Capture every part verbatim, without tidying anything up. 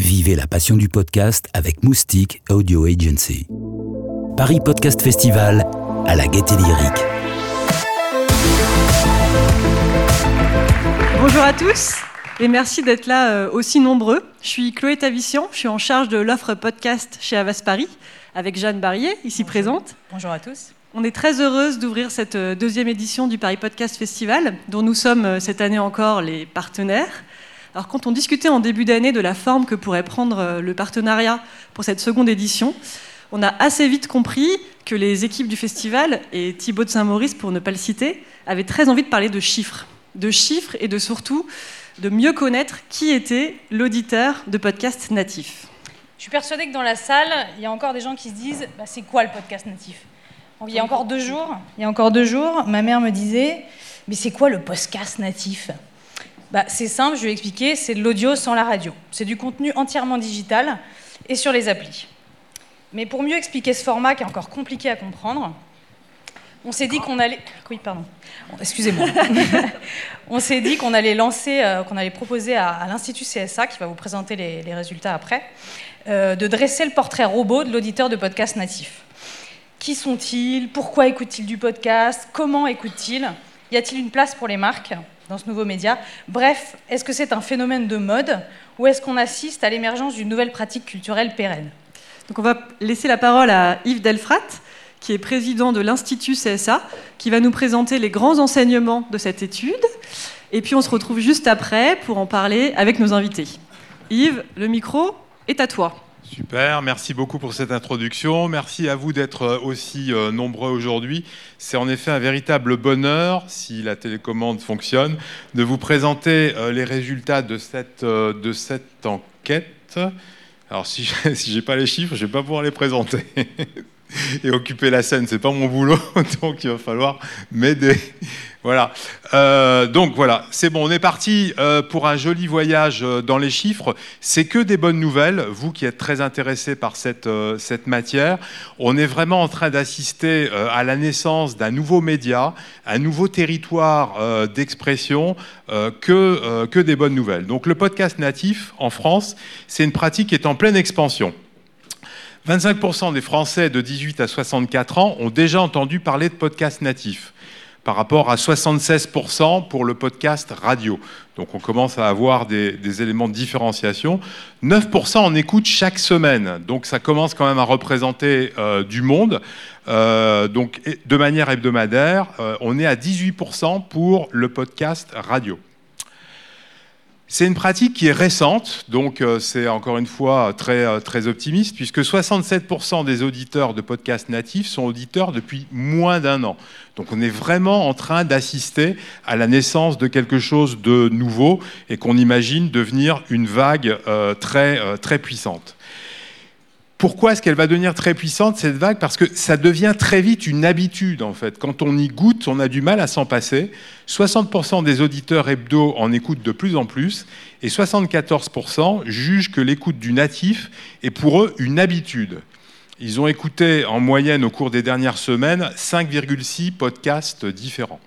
Vivez la passion du podcast avec Moustique Audio Agency. Paris Podcast Festival à la Gaîté Lyrique. Bonjour à tous et merci d'être là euh, aussi nombreux. Je suis Chloé Tavissian, je suis en charge de l'offre podcast chez Havas Paris avec Jeanne Barrier, ici Bonjour. présente. Bonjour à tous. On est très heureuse d'ouvrir cette deuxième édition du Paris Podcast Festival, dont nous sommes cette année encore les partenaires. Alors, quand on discutait en début d'année de la forme que pourrait prendre le partenariat pour cette seconde édition, on a assez vite compris que les équipes du festival, et Thibaut de Saint-Maurice pour ne pas le citer, avaient très envie de parler de chiffres. De chiffres et de surtout de mieux connaître qui était l'auditeur de podcast natif. Je suis persuadée que dans la salle, il y a encore des gens qui se disent bah, c'est quoi le podcast natif ? Il y a encore deux jours, il y a encore deux jours, ma mère me disait mais c'est quoi le podcast natif ? Bah, c'est simple, je vais expliquer, c'est de l'audio sans la radio. C'est du contenu entièrement digital et sur les applis. Mais pour mieux expliquer ce format qui est encore compliqué à comprendre, on s'est dit qu'on allait... Oui, pardon. Excusez-moi. On s'est dit qu'on allait lancer, euh, qu'on allait proposer à, à l'Institut C S A, qui va vous présenter les, les résultats après, euh, de dresser le portrait robot de l'auditeur de podcast natif. Qui sont-ils ? Pourquoi écoutent-ils du podcast ? Comment écoutent-ils ? Y a-t-il une place pour les marques dans ce nouveau média ? Bref, est-ce que c'est un phénomène de mode ou est-ce qu'on assiste à l'émergence d'une nouvelle pratique culturelle pérenne ? Donc on va laisser la parole à Yves Delfrat, qui est président de l'Institut C S A, qui va nous présenter les grands enseignements de cette étude. Et puis on se retrouve juste après pour en parler avec nos invités. Yves, le micro est à toi. Super, merci beaucoup pour cette introduction. Merci à vous d'être aussi euh, nombreux aujourd'hui. C'est en effet un véritable bonheur, si la télécommande fonctionne, de vous présenter euh, les résultats de cette, euh, de cette enquête. Alors si je si j'ai pas les chiffres, je vais pas pouvoir les présenter. Et occuper la scène, c'est pas mon boulot, donc il va falloir m'aider. Voilà. Euh, donc voilà, c'est bon, on est parti euh, pour un joli voyage euh, dans les chiffres. C'est que des bonnes nouvelles, vous qui êtes très intéressés par cette, euh, cette matière. On est vraiment en train d'assister euh, à la naissance d'un nouveau média, un nouveau territoire euh, d'expression, euh, que, euh, que des bonnes nouvelles. Donc le podcast natif en France, c'est une pratique qui est en pleine expansion. vingt-cinq pour cent des Français de dix-huit à soixante-quatre ans ont déjà entendu parler de podcast natif, par rapport à soixante-seize pour cent pour le podcast radio. Donc on commence à avoir des, des éléments de différenciation. neuf pour cent en écoutent chaque semaine, donc ça commence quand même à représenter euh, du monde. Euh, donc de manière hebdomadaire, euh, on est à dix-huit pour cent pour le podcast radio. C'est une pratique qui est récente, donc euh, c'est encore une fois très, euh, très optimiste, puisque soixante-sept pour cent des auditeurs de podcasts natifs sont auditeurs depuis moins d'un an. Donc on est vraiment en train d'assister à la naissance de quelque chose de nouveau et qu'on imagine devenir une vague euh, très, euh, très puissante. Pourquoi est-ce qu'elle va devenir très puissante, cette vague ? Parce que ça devient très vite une habitude, en fait. Quand on y goûte, on a du mal à s'en passer. soixante pour cent des auditeurs hebdo en écoutent de plus en plus, et soixante-quatorze pour cent jugent que l'écoute du natif est pour eux une habitude. Ils ont écouté en moyenne au cours des dernières semaines cinq virgule six podcasts différents.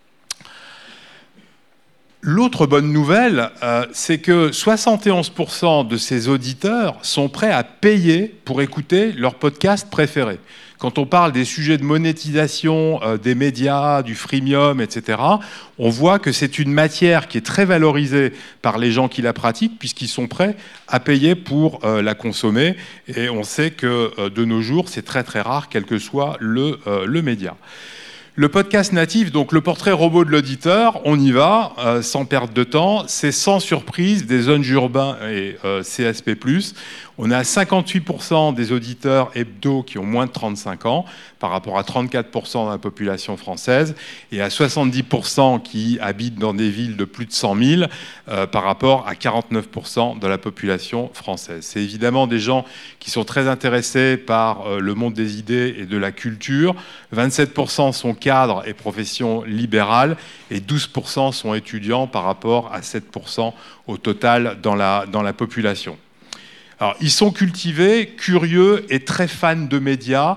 L'autre bonne nouvelle, euh, c'est que soixante et onze pour cent de ces auditeurs sont prêts à payer pour écouter leur podcast préféré. Quand on parle des sujets de monétisation, euh, des médias, du freemium, et cetera, on voit que c'est une matière qui est très valorisée par les gens qui la pratiquent, puisqu'ils sont prêts à payer pour euh, la consommer. Et on sait que euh, de nos jours, c'est très très rare, quel que soit le, euh, le média. Le podcast natif, donc le portrait robot de l'auditeur, on y va, euh, sans perdre de temps. C'est sans surprise des zones urbains et euh, C S P plus. On a cinquante-huit pour cent des auditeurs hebdo qui ont moins de trente-cinq ans, par rapport à trente-quatre pour cent de la population française, et à soixante-dix pour cent qui habitent dans des villes de plus de cent mille, euh, par rapport à quarante-neuf pour cent de la population française. C'est évidemment des gens qui sont très intéressés par euh, le monde des idées et de la culture. vingt-sept pour cent sont cadres et professions libérales, et douze pour cent sont étudiants par rapport à sept pour cent au total dans la, dans la population. Alors, ils sont cultivés, curieux et très fans de médias,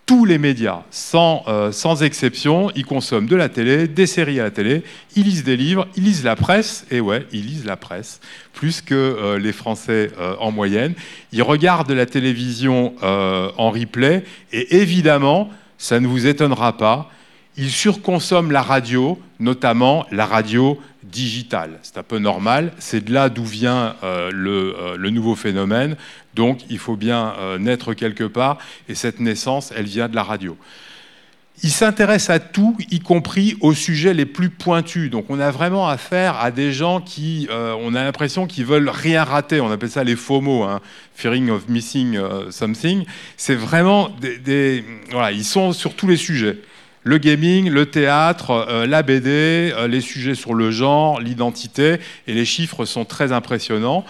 tous les médias, sans, euh, sans exception, ils consomment de la télé, des séries à la télé, ils lisent des livres, ils lisent la presse, et ouais, ils lisent la presse, plus que euh, les Français euh, en moyenne. Ils regardent la télévision euh, en replay, et évidemment, ça ne vous étonnera pas, ils surconsomment la radio, notamment la radio digitale. C'est un peu normal, c'est de là d'où vient euh, le, euh, le nouveau phénomène, donc il faut bien euh, naître quelque part, et cette naissance, elle vient de la radio. Ils s'intéressent à tout, y compris aux sujets les plus pointus. Donc on a vraiment affaire à des gens qui, euh, on a l'impression qu'ils veulent rien rater. On appelle ça les FOMO, hein, fearing of missing uh, something. C'est vraiment des, des, voilà, ils sont sur tous les sujets. Le gaming, le théâtre, euh, la B D, euh, les sujets sur le genre, l'identité, et les chiffres sont très impressionnants.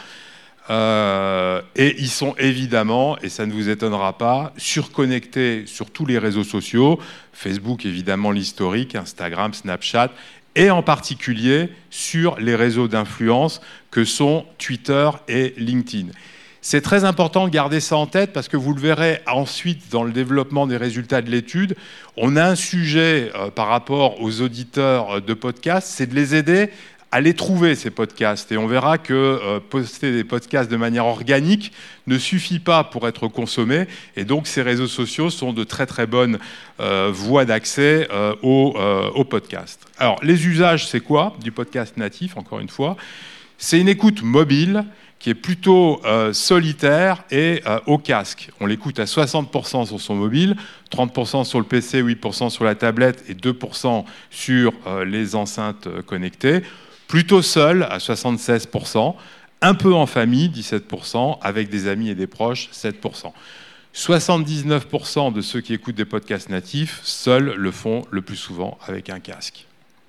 Euh, et ils sont évidemment, et ça ne vous étonnera pas, surconnectés sur tous les réseaux sociaux, Facebook évidemment l'historique, Instagram, Snapchat, et en particulier sur les réseaux d'influence que sont Twitter et LinkedIn. C'est très important de garder ça en tête parce que vous le verrez ensuite dans le développement des résultats de l'étude. On a un sujet euh, par rapport aux auditeurs de podcasts, c'est de les aider à les trouver, ces podcasts. Et on verra que euh, poster des podcasts de manière organique ne suffit pas pour être consommé. Et donc, ces réseaux sociaux sont de très, très bonnes euh, voies d'accès euh, aux, euh, aux podcasts. Alors, les usages, c'est quoi du podcast natif, encore une fois? C'est une écoute mobile qui est plutôt euh, solitaire et euh, au casque. On l'écoute à soixante pour cent sur son mobile, trente pour cent sur le P C, huit pour cent sur la tablette et deux pour cent sur euh, les enceintes connectées. Plutôt seul à soixante-seize pour cent, un peu en famille, dix-sept pour cent, avec des amis et des proches, sept pour cent. soixante-dix-neuf pour cent de ceux qui écoutent des podcasts natifs, seuls le font le plus souvent avec un casque.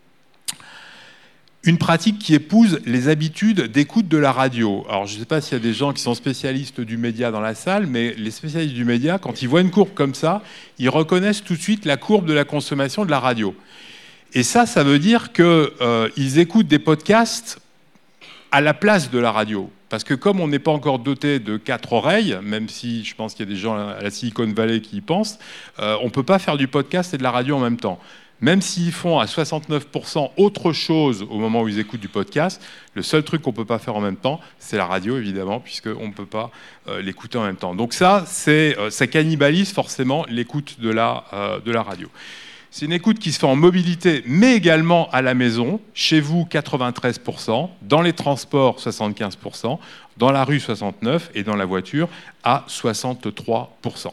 Une pratique qui épouse les habitudes d'écoute de la radio. Alors, je ne sais pas s'il y a des gens qui sont spécialistes du média dans la salle, mais les spécialistes du média, quand ils voient une courbe comme ça, ils reconnaissent tout de suite la courbe de la consommation de la radio. Et ça, ça veut dire qu'ils euh, écoutent des podcasts à la place de la radio. Parce que comme on n'est pas encore doté de quatre oreilles, même si je pense qu'il y a des gens à la Silicon Valley qui y pensent, euh, on ne peut pas faire du podcast et de la radio en même temps. Même s'ils font à soixante-neuf pour cent autre chose au moment où ils écoutent du podcast, le seul truc qu'on ne peut pas faire en même temps, c'est la radio, évidemment, puisqu'on ne peut pas euh, l'écouter en même temps. Donc ça, c'est, euh, ça cannibalise forcément l'écoute de la, euh, de la radio. C'est une écoute qui se fait en mobilité, mais également à la maison. Chez vous, quatre-vingt-treize pour cent. Dans les transports, soixante-quinze pour cent. Dans la rue, soixante-neuf pour cent. Et dans la voiture, à soixante-trois pour cent.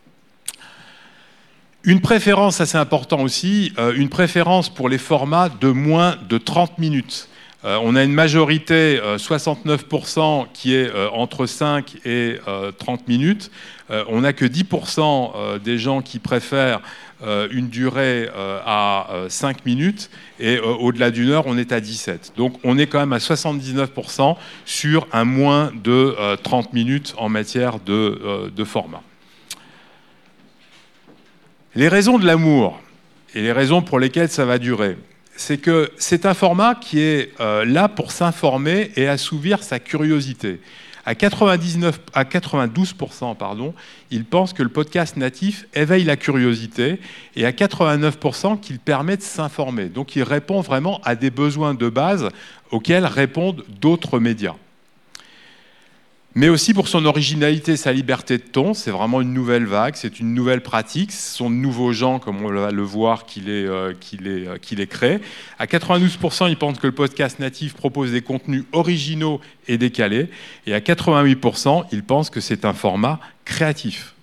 Une préférence assez importante aussi, euh, une préférence pour les formats de moins de trente minutes. Euh, on a une majorité, euh, soixante-neuf pour cent, qui est euh, entre cinq et euh, trente minutes. Euh, on n'a que dix pour cent euh, des gens qui préfèrent euh, une durée euh, à euh, cinq minutes. Et euh, au-delà d'une heure, on est à dix-sept. Donc on est quand même à soixante-dix-neuf pour cent sur un moins de euh, trente minutes en matière de, euh, de format. Les raisons de l'amour et les raisons pour lesquelles ça va durer, c'est que c'est un format qui est euh, là pour s'informer et assouvir sa curiosité. À, quatre-vingt-dix-neuf, à quatre-vingt-douze pour cent, pardon, ils pensent que le podcast natif éveille la curiosité et à quatre-vingt-neuf pour cent qu'il permet de s'informer. Donc il répond vraiment à des besoins de base auxquels répondent d'autres médias. Mais aussi pour son originalité, sa liberté de ton, c'est vraiment une nouvelle vague, c'est une nouvelle pratique, ce sont de nouveaux gens, comme on va le voir, qui les, euh, qui les, euh, qui les créent. À quatre-vingt-douze pour cent, ils pensent que le podcast natif propose des contenus originaux et décalés, et à quatre-vingt-huit pour cent, ils pensent que c'est un format créatif.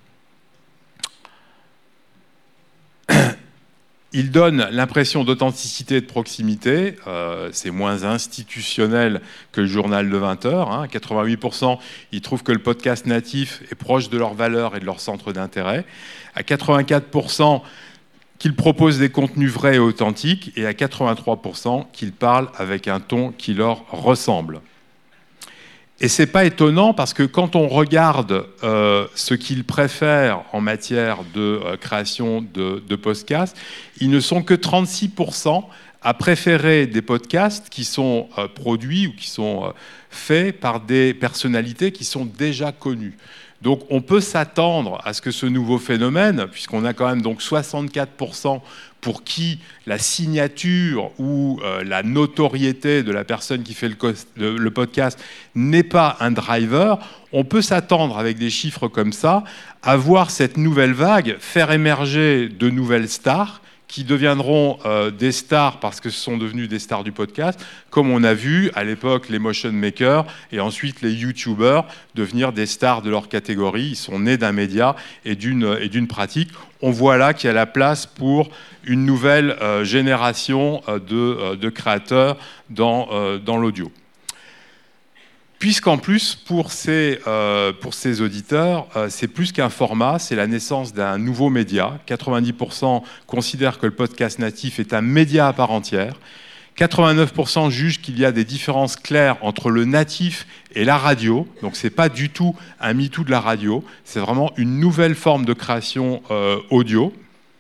Il donne l'impression d'authenticité et de proximité. Euh, c'est moins institutionnel que le journal de vingt heures. Hein. quatre-vingt-huit pour cent, ils trouvent que le podcast natif est proche de leurs valeurs et de leur centre d'intérêt. À quatre-vingt-quatre pour cent, qu'il propose des contenus vrais et authentiques. Et à quatre-vingt-trois pour cent, qu'il parle avec un ton qui leur ressemble. Et ce n'est pas étonnant parce que quand on regarde euh, ce qu'ils préfèrent en matière de euh, création de, de podcasts, ils ne sont que trente-six pour cent a préféré des podcasts qui sont euh, produits ou qui sont euh, faits par des personnalités qui sont déjà connues. Donc on peut s'attendre à ce que ce nouveau phénomène, puisqu'on a quand même donc soixante-quatre pour cent pour qui la signature ou euh, la notoriété de la personne qui fait le, le, le podcast n'est pas un driver, on peut s'attendre avec des chiffres comme ça à voir cette nouvelle vague faire émerger de nouvelles stars qui deviendront euh, des stars parce que ce sont devenus des stars du podcast, comme on a vu à l'époque les motion makers et ensuite les youtubers devenir des stars de leur catégorie. Ils sont nés d'un média et d'une, et d'une pratique. On voit là qu'il y a la place pour une nouvelle euh, génération euh, de, euh, de créateurs dans, euh, dans l'audio. Puisqu'en plus, pour ces, euh, pour ces auditeurs, euh, c'est plus qu'un format, c'est la naissance d'un nouveau média. quatre-vingt-dix pour cent considèrent que le podcast natif est un média à part entière. quatre-vingt-neuf pour cent jugent qu'il y a des différences claires entre le natif et la radio. Donc ce n'est pas du tout un MeToo de la radio, c'est vraiment une nouvelle forme de création euh, audio.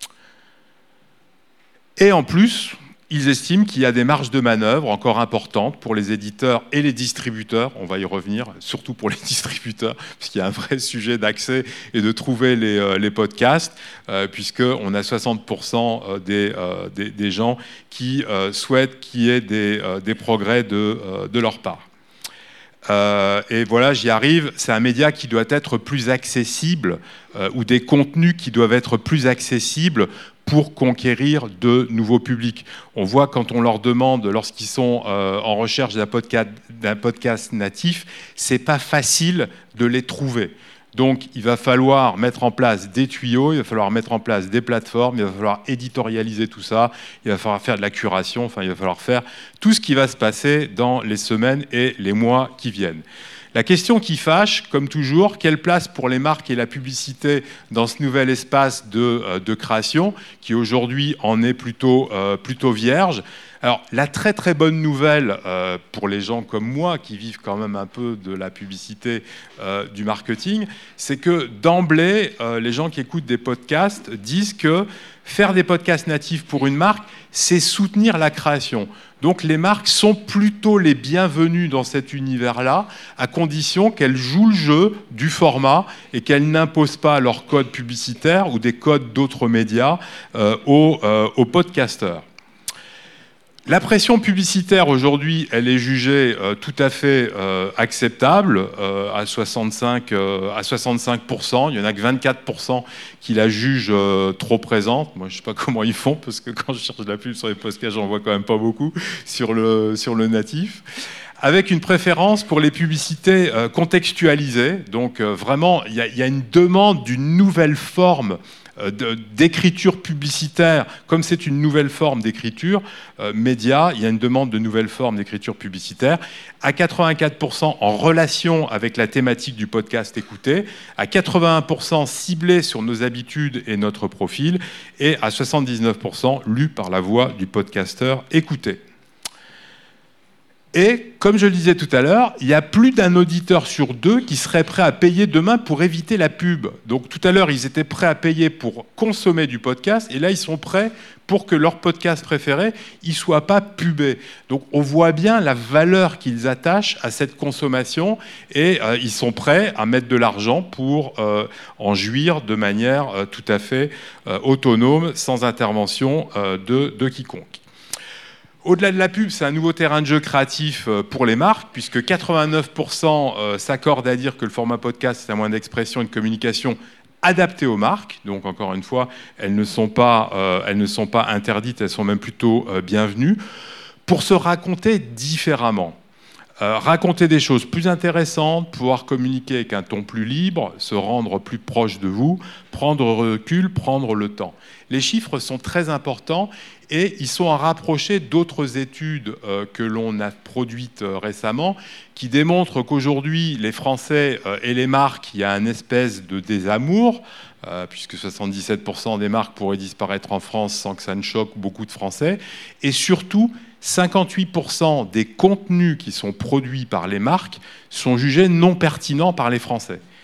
Et en plus, ils estiment qu'il y a des marges de manœuvre encore importantes pour les éditeurs et les distributeurs. On va y revenir, surtout pour les distributeurs, puisqu'il y a un vrai sujet d'accès et de trouver les, euh, les podcasts, euh, puisqu'on a soixante pour cent des, euh, des, des gens qui euh, souhaitent qu'il y ait des, euh, des progrès de, euh, de leur part. Euh, et voilà, j'y arrive, c'est un média qui doit être plus accessible, euh, ou des contenus qui doivent être plus accessibles pour conquérir de nouveaux publics. On voit quand on leur demande, lorsqu'ils sont euh, en recherche d'un podcast, d'un podcast natif, c'est pas facile de les trouver. Donc il va falloir mettre en place des tuyaux, il va falloir mettre en place des plateformes, il va falloir éditorialiser tout ça, il va falloir faire de la curation, enfin il va falloir faire tout ce qui va se passer dans les semaines et les mois qui viennent. La question qui fâche, comme toujours, quelle place pour les marques et la publicité dans ce nouvel espace de, euh, de création, qui aujourd'hui en est plutôt, euh, plutôt vierge. Alors, la très très bonne nouvelle euh, pour les gens comme moi, qui vivent quand même un peu de la publicité, euh, du marketing, c'est que d'emblée, euh, les gens qui écoutent des podcasts disent que faire des podcasts natifs pour une marque, c'est soutenir la création. Donc les marques sont plutôt les bienvenues dans cet univers-là, à condition qu'elles jouent le jeu du format et qu'elles n'imposent pas leurs codes publicitaires ou des codes d'autres médias euh, aux, euh, aux podcasteurs. La pression publicitaire aujourd'hui, elle est jugée euh, tout à fait euh, acceptable euh, à soixante-cinq, euh, à soixante-cinq pour cent. Il n'y en a que vingt-quatre pour cent qui la jugent euh, trop présente. Moi, je ne sais pas comment ils font, parce que quand je cherche de la pub sur les podcasts, j'en vois quand même pas beaucoup sur le, sur le natif. Avec une préférence pour les publicités euh, contextualisées. Donc euh, vraiment, il y, y a une demande d'une nouvelle forme d'écriture publicitaire, comme c'est une nouvelle forme d'écriture euh, média, il y a une demande de nouvelles formes d'écriture publicitaire, à quatre-vingt-quatre pour cent en relation avec la thématique du podcast écouté, à quatre-vingt-un pour cent ciblé sur nos habitudes et notre profil, et à soixante-dix-neuf pour cent lu par la voix du podcasteur écouté. Et, comme je le disais tout à l'heure, il y a plus d'un auditeur sur deux qui serait prêt à payer demain pour éviter la pub. Donc tout à l'heure, ils étaient prêts à payer pour consommer du podcast, et là, ils sont prêts pour que leur podcast préféré ne soit pas pubé. Donc on voit bien la valeur qu'ils attachent à cette consommation, et euh, ils sont prêts à mettre de l'argent pour euh, en jouir de manière euh, tout à fait euh, autonome, sans intervention euh, de, de quiconque. Au-delà de la pub, c'est un nouveau terrain de jeu créatif pour les marques, puisque quatre-vingt-neuf pour cent s'accordent à dire que le format podcast est un moyen d'expression et de communication adapté aux marques. Donc, encore une fois, elles ne sont pas, euh, elles ne sont pas interdites, elles sont même plutôt euh, bienvenues, pour se raconter différemment. Euh, raconter des choses plus intéressantes, pouvoir communiquer avec un ton plus libre, se rendre plus proche de vous, prendre recul, prendre le temps. Les chiffres sont très importants et ils sont à rapprocher d'autres études euh, que l'on a produites euh, récemment qui démontrent qu'aujourd'hui, les Français euh, et les marques, il y a une espèce de désamour, euh, puisque soixante-dix-sept pour cent des marques pourraient disparaître en France sans que ça ne choque beaucoup de Français, et surtout, cinquante-huit pour cent des contenus qui sont produits par les marques sont jugés non pertinents par les Français.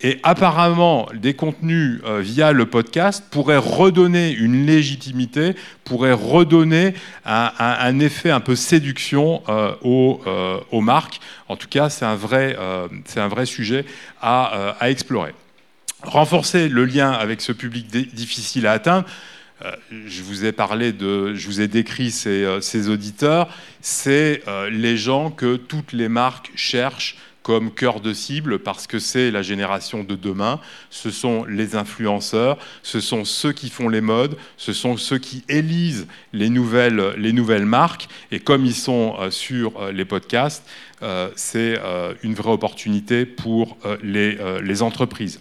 Et apparemment, des contenus euh, via le podcast pourraient redonner une légitimité, pourraient redonner un, un, un effet un peu séduction euh, aux, euh, aux marques. En tout cas, c'est un vrai, euh, c'est un vrai sujet à, euh, à explorer. Renforcer le lien avec ce public difficile à atteindre. Euh, je vous ai parlé de, je vous ai décrit ces, euh, ces auditeurs. C'est euh, les gens que toutes les marques cherchent comme cœur de cible, parce que c'est la génération de demain. Ce sont les influenceurs, ce sont ceux qui font les modes, ce sont ceux qui élisent les nouvelles, les nouvelles marques. Et comme ils sont euh, sur euh, les podcasts, euh, c'est euh, une vraie opportunité pour euh, les, euh, les entreprises.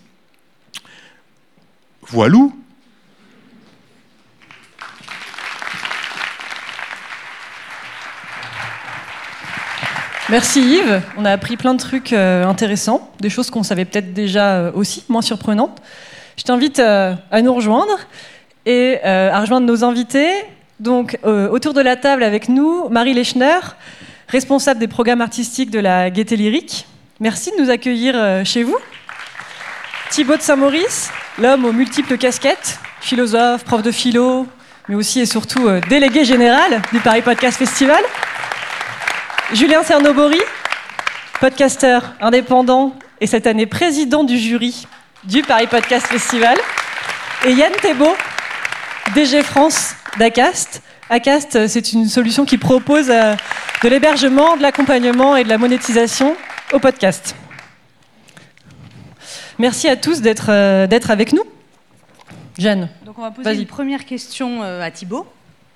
Voilou. Merci Yves, on a appris plein de trucs euh, intéressants, des choses qu'on savait peut-être déjà euh, aussi, moins surprenantes. Je t'invite euh, à nous rejoindre et euh, à rejoindre nos invités. Donc, euh, autour de la table avec nous, Marie Lechner, responsable des programmes artistiques de la Gaîté Lyrique. Merci de nous accueillir euh, chez vous. Thibaut de Saint-Maurice, l'homme aux multiples casquettes, philosophe, prof de philo, mais aussi et surtout euh, délégué général du Paris Podcast Festival. Julien Cernobori, podcasteur indépendant et cette année président du jury du Paris Podcast Festival. Et Yann Thébault, D G France d'Acast. Acast, c'est une solution qui propose euh, de l'hébergement, de l'accompagnement et de la monétisation au podcast. Merci à tous d'être, euh, d'être avec nous. Jeanne, donc on va poser vas-y. une première question euh, à Thibaut.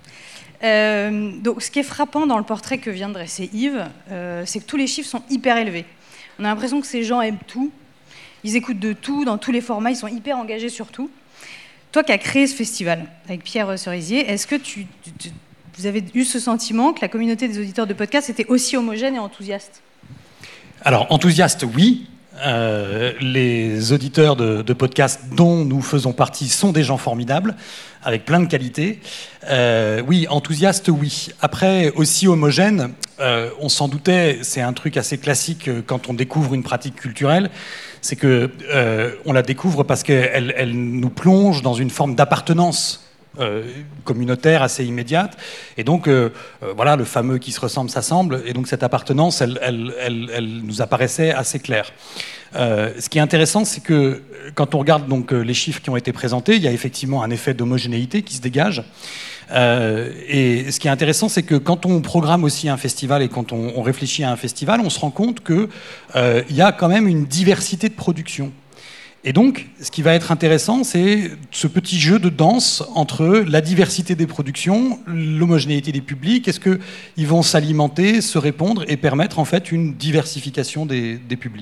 Euh, donc, ce qui est frappant dans le portrait que vient de dresser Yves, euh, c'est que tous les chiffres sont hyper élevés. On a l'impression que ces gens aiment tout, ils écoutent de tout, dans tous les formats, ils sont hyper engagés sur tout. Toi qui as créé ce festival avec Pierre Cerisier, est-ce que tu, tu, tu, vous avez eu ce sentiment que la communauté des auditeurs de podcasts était aussi homogène et enthousiaste ? Alors, enthousiaste, oui. Euh, les auditeurs de, de podcasts dont nous faisons partie sont des gens formidables, avec plein de qualités. Euh, oui, enthousiaste, oui. Après, aussi homogène, euh, on s'en doutait, c'est un truc assez classique quand on découvre une pratique culturelle, c'est que euh, on la découvre parce qu'elle elle nous plonge dans une forme d'appartenance Euh, communautaire assez immédiate, et donc euh, euh, voilà, le fameux qui se ressemble s'assemble, et donc cette appartenance elle, elle, elle, elle nous apparaissait assez claire. Euh, ce qui est intéressant, c'est que quand on regarde donc les chiffres qui ont été présentés, il y a effectivement un effet d'homogénéité qui se dégage, euh, et ce qui est intéressant, c'est que quand on programme aussi un festival et quand on, on réfléchit à un festival, on se rend compte que euh, il y a quand même une diversité de production. Et donc, ce qui va être intéressant, c'est ce petit jeu de danse entre la diversité des productions, l'homogénéité des publics. Est-ce qu'ils vont s'alimenter, se répondre et permettre en fait une diversification des, des publics ?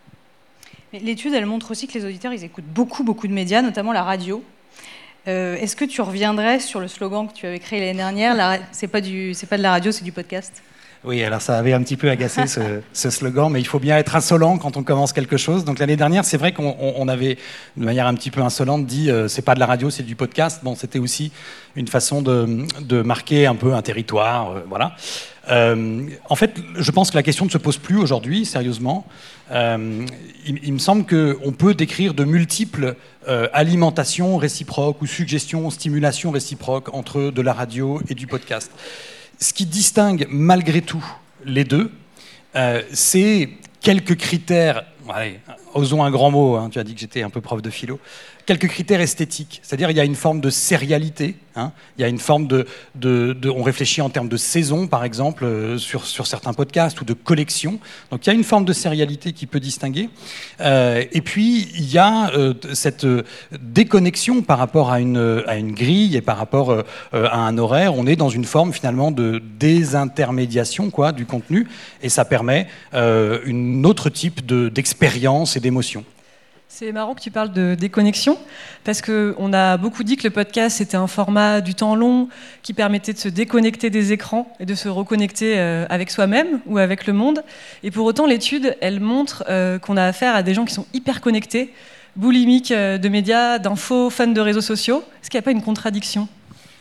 Mais l'étude, elle montre aussi que les auditeurs, ils écoutent beaucoup, beaucoup de médias, notamment la radio. Euh, est-ce que tu reviendrais sur le slogan que tu avais créé l'année dernière, la, c'est pas du, c'est pas de la radio, c'est du podcast ? Oui, alors ça avait un petit peu agacé ce, ce slogan, mais il faut bien être insolent quand on commence quelque chose. Donc l'année dernière, c'est vrai qu'on on avait, de manière un petit peu insolente, dit euh, c'est pas de la radio, c'est du podcast. Bon, c'était aussi une façon de, de marquer un peu un territoire, euh, voilà. Euh, en fait, je pense que la question ne se pose plus aujourd'hui, sérieusement. Euh, il, il me semble qu'on peut décrire de multiples euh, alimentations réciproques ou suggestions, stimulations réciproques entre de la radio et du podcast. Ce qui distingue malgré tout les deux, euh, c'est quelques critères, allez, osons un grand mot, hein, tu as dit que j'étais un peu prof de philo, quelques critères esthétiques, c'est-à-dire il y a une forme de sérialité, hein, il y a une forme de, de, de... On réfléchit en termes de saison, par exemple, euh, sur, sur certains podcasts, ou de collection, donc il y a une forme de sérialité qui peut distinguer, euh, et puis il y a euh, cette déconnexion par rapport à une, à une grille et par rapport euh, à un horaire, on est dans une forme finalement de désintermédiation quoi, du contenu, et ça permet euh, un autre type de, d'expérience et d'émotion. C'est marrant que tu parles de déconnexion, parce qu'on a beaucoup dit que le podcast c'était un format du temps long qui permettait de se déconnecter des écrans et de se reconnecter avec soi-même ou avec le monde. Et pour autant, l'étude, elle montre qu'on a affaire à des gens qui sont hyper connectés, boulimiques de médias, d'infos, fans de réseaux sociaux. Est-ce qu'il n'y a pas une contradiction ?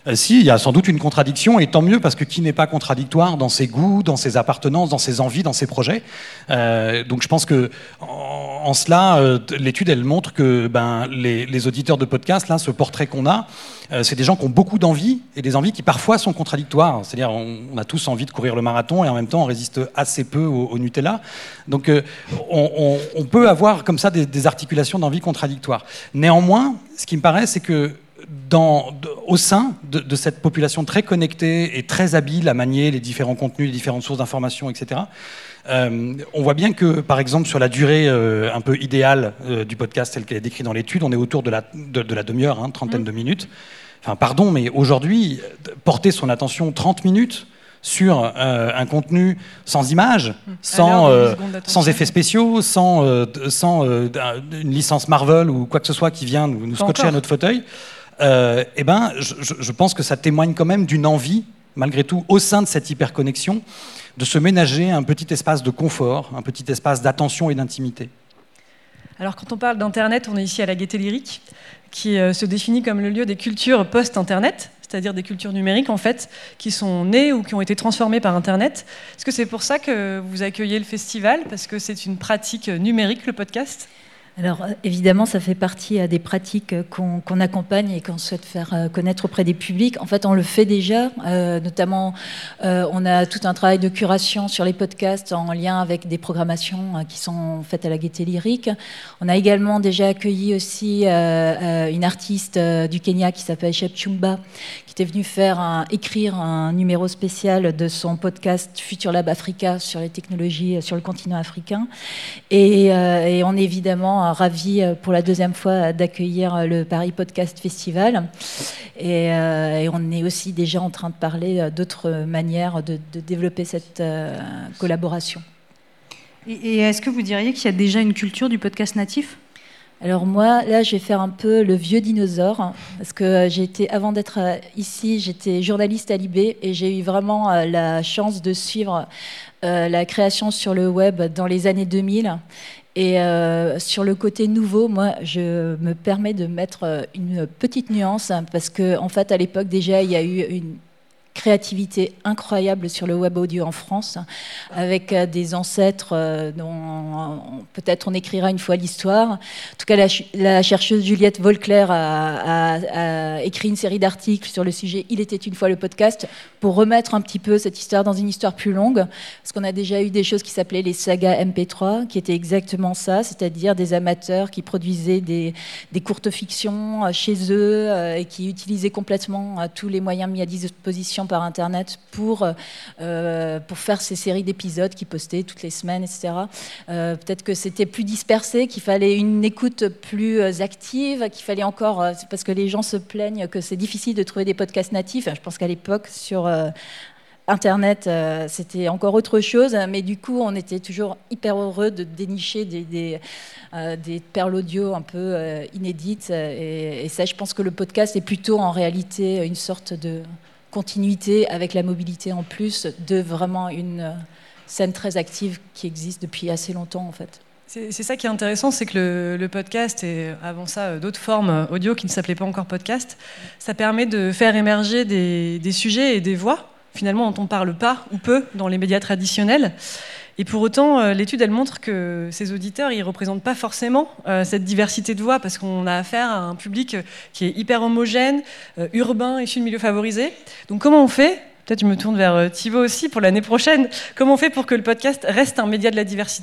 Euh, si, il y a sans doute une contradiction, et tant mieux, parce que qui n'est pas contradictoire dans ses goûts, dans ses appartenances, dans ses envies, dans ses projets. Euh, donc je pense que en, en cela, euh, l'étude, elle montre que ben, les, les auditeurs de podcasts, là, ce portrait qu'on a, euh, c'est des gens qui ont beaucoup d'envies, et des envies qui parfois sont contradictoires. C'est-à-dire, on, on a tous envie de courir le marathon, et en même temps, on résiste assez peu au, au Nutella. Donc euh, on, on, on peut avoir comme ça des, des articulations d'envies contradictoires. Néanmoins, ce qui me paraît, c'est que Dans, de, au sein de, de cette population très connectée et très habile à manier les différents contenus, les différentes sources d'information, et cetera, euh, on voit bien que, par exemple, sur la durée euh, un peu idéale euh, du podcast, telle qu'elle est décrite dans l'étude, on est autour de la, de, de la demi-heure, hein, trentaine mmh. de minutes. Enfin, pardon, mais aujourd'hui, porter son attention trente minutes sur euh, un contenu sans images, mmh. sans, euh, sans effets spéciaux, sans, euh, sans euh, une licence Marvel ou quoi que ce soit qui vient nous, nous scotcher à notre fauteuil, Euh, eh ben, je, je pense que ça témoigne quand même d'une envie, malgré tout, au sein de cette hyperconnexion, de se ménager un petit espace de confort, un petit espace d'attention et d'intimité. Alors, quand on parle d'Internet, on est ici à la Gaîté Lyrique, qui euh, se définit comme le lieu des cultures post-Internet, c'est-à-dire des cultures numériques, en fait, qui sont nées ou qui ont été transformées par Internet. Est-ce que c'est pour ça que vous accueillez le festival, parce que c'est une pratique numérique, le podcast ? Alors évidemment, ça fait partie des pratiques qu'on, qu'on accompagne et qu'on souhaite faire connaître auprès des publics. En fait, on le fait déjà, euh, notamment euh, on a tout un travail de curation sur les podcasts en lien avec des programmations qui sont faites à la Gaîté Lyrique. On a également déjà accueilli aussi euh, une artiste du Kenya qui s'appelle Chepchumba, qui était venue faire un, écrire un numéro spécial de son podcast Future Lab Africa sur les technologies sur le continent africain. Et, euh, et on est évidemment ravis pour la deuxième fois d'accueillir le Paris Podcast Festival. Et, euh, et on est aussi déjà en train de parler d'autres manières de, de développer cette euh, collaboration. Et, et est-ce que vous diriez qu'il y a déjà une culture du podcast natif ? Alors moi, là, je vais faire un peu le vieux dinosaure, parce que j'ai été, avant d'être ici, j'étais journaliste à l'I B et j'ai eu vraiment la chance de suivre euh, la création sur le web dans les années deux mille. Et euh, sur le côté nouveau, moi, je me permets de mettre une petite nuance, parce qu'en en fait, à l'époque, déjà, il y a eu une créativité incroyable sur le web audio en France, avec des ancêtres dont peut-être on écrira une fois l'histoire. En tout cas, la, la chercheuse Juliette Volclair a, a, a écrit une série d'articles sur le sujet « Il était une fois le podcast » pour remettre un petit peu cette histoire dans une histoire plus longue, parce qu'on a déjà eu des choses qui s'appelaient les sagas M P trois, qui étaient exactement ça, c'est-à-dire des amateurs qui produisaient des, des courtes fictions chez eux et qui utilisaient complètement tous les moyens mis à disposition par Internet pour, euh, pour faire ces séries d'épisodes qu'ils postaient toutes les semaines, et cetera. Euh, peut-être que c'était plus dispersé, qu'il fallait une écoute plus active, qu'il fallait encore... Euh, c'est parce que les gens se plaignent que c'est difficile de trouver des podcasts natifs. Je pense qu'à l'époque, sur... Euh, Internet, euh, c'était encore autre chose, mais du coup, on était toujours hyper heureux de dénicher des, des, euh, des perles audio un peu euh, inédites. Et, et ça, je pense que le podcast est plutôt en réalité une sorte de continuité avec la mobilité en plus de vraiment une scène très active qui existe depuis assez longtemps, en fait. C'est, c'est ça qui est intéressant, c'est que le, le podcast et avant ça d'autres formes audio qui ne s'appelaient pas encore podcast, ça permet de faire émerger des, des sujets et des voix finalement dont on ne parle pas ou peu dans les médias traditionnels. Et pour autant, euh, l'étude, elle montre que ces auditeurs, ils ne représentent pas forcément euh, cette diversité de voix, parce qu'on a affaire à un public qui est hyper homogène, euh, urbain, issu de milieux favorisés. Donc comment on fait ? Peut-être je me tourne vers euh, Thibaut aussi pour l'année prochaine. Comment on fait pour que le podcast reste un média de la diversité ?